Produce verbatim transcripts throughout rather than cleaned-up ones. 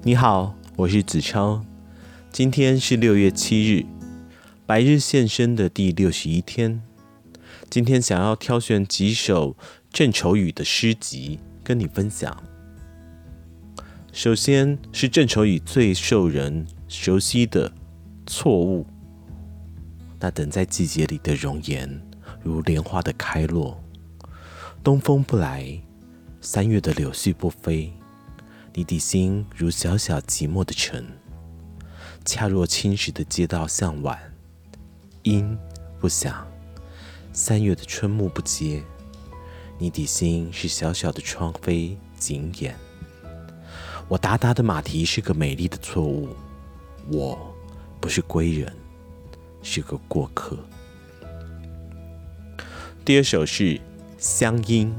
你好，我是子超。今天是六月七日，白日现身的第六十一天。今天想要挑选几首郑愁予的诗集跟你分享。首先是郑愁予最受人熟悉的《错误》，那等在季节里的容颜，如莲花的开落。东风不来，三月的柳絮不飞，你的心如小小寂寞的城，恰若青石的街道向晚，音不响。三月的春木不接，你的心是小小的窗扉紧掩。我达达的马蹄是个美丽的错误，我不是归人，是个过客。第二首是乡音。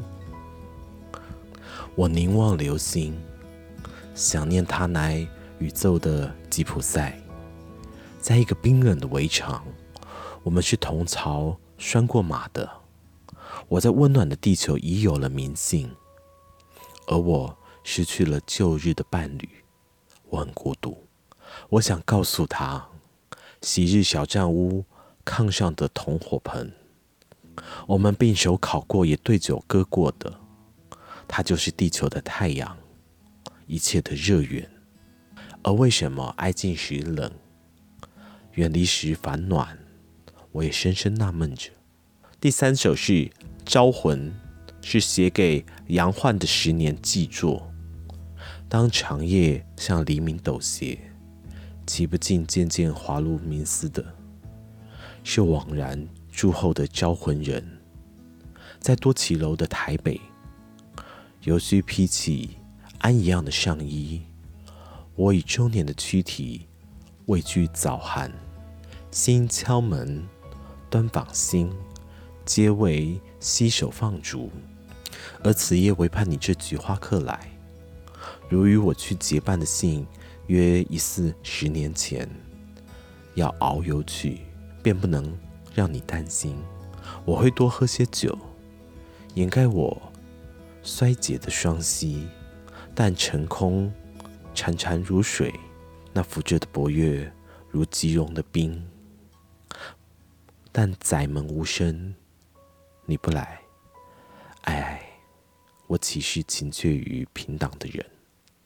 我凝望流星，想念他来宇宙的吉普赛。在一个冰冷的围场，我们是同槽拴过马的。我在温暖的地球已有了名姓，而我失去了旧日的伴侣。我很孤独，我想告诉他，昔日小站屋炕上的铜火盆，我们并手烤过也对酒歌过的，它就是地球的太阳，一切的热源。而为什么挨近时冷，远离时反暖，我也深深纳闷着。第三首是《招魂》，是写给杨焕的十年寄作。当长夜向黎明陡斜，骑不尽渐渐滑入冥思的，是惘然驻后的招魂人。在多骑楼的台北，尤须披起安一样的上衣，我以周年的躯体畏惧早寒。心敲门，端访心，皆为携手放逐。而此夜唯盼你这菊花客来，如与我去结伴的信，约疑似十年前。要遨游去，便不能让你担心。我会多喝些酒，掩盖我衰竭的双膝。但晨空潺潺如水，那浮着的薄月如即融的冰。但窄门无声，你不来，哎哎，我岂是情怯于平党的人？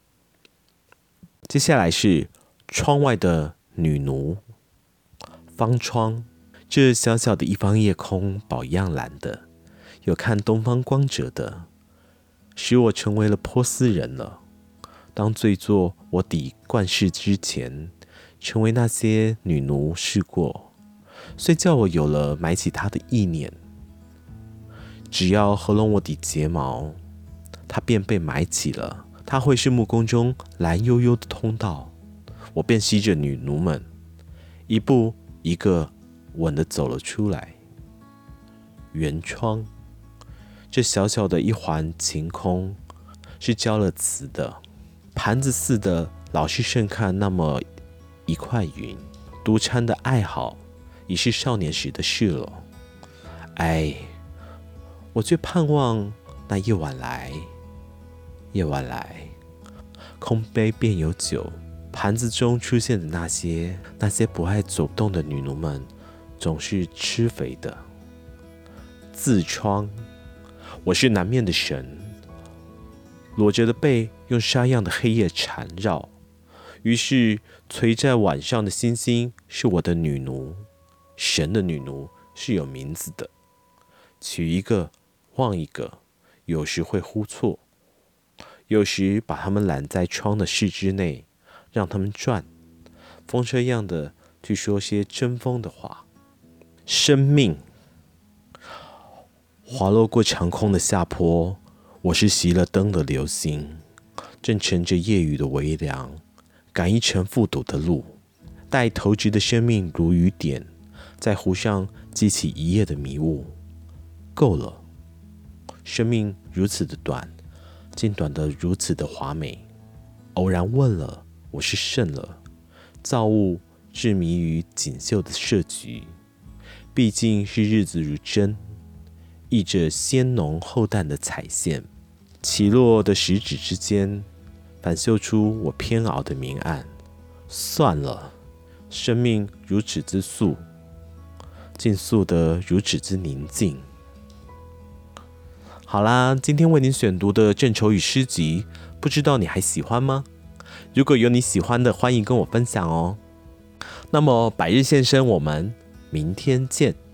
接下来是窗外的女奴。方窗，这小小的一方夜空，宝一样蓝的，有看东方光泽的，使我成为了波斯人了。当醉作我抵冠世之前，成为那些女奴试过，虽叫我有了买起她的意念。只要合拢我的睫毛，它便被埋起了。它会是木宫中蓝幽幽的通道，我便吸着女奴们，一步一个稳地走了出来。圆窗，这小小的一环晴空，是浇了瓷的，盘子似的，老是盛看那么一块云。独餐的爱好，已是少年时的事了。哎，我却盼望那夜晚来，夜晚来，空杯便有酒。盘子中出现的那些那些不爱走动的女奴们，总是吃肥的。痔疮，我是南面的神，裸着的背用沙样的黑夜缠绕，于是垂在晚上的星星是我的女奴。神的女奴是有名字的，取一个忘一个，有时会忽错，有时把它们揽在窗的四肢内，让它们转，风车样的去说些争锋的话。生命，滑落过长空的下坡，我是熄了灯的流星，正乘着夜雨的微凉，赶一程复堵的路。待投掷的生命如雨点，在湖上激起一夜的迷雾。够了，生命如此的短，竟短得如此的华美。偶然问了，我是胜了。造物置迷于锦绣的设局，毕竟是日子如针，溢着鲜浓厚淡的彩线，起落的食指之间， 反绣出我偏熬的明暗。算了，生命如此之素，竟素得如此之宁静。好啦，今天为你选读的郑愁予诗集，不知道你还喜欢吗？如果有你喜欢的，欢迎跟我分享哦。那么百日献身，我们明天见。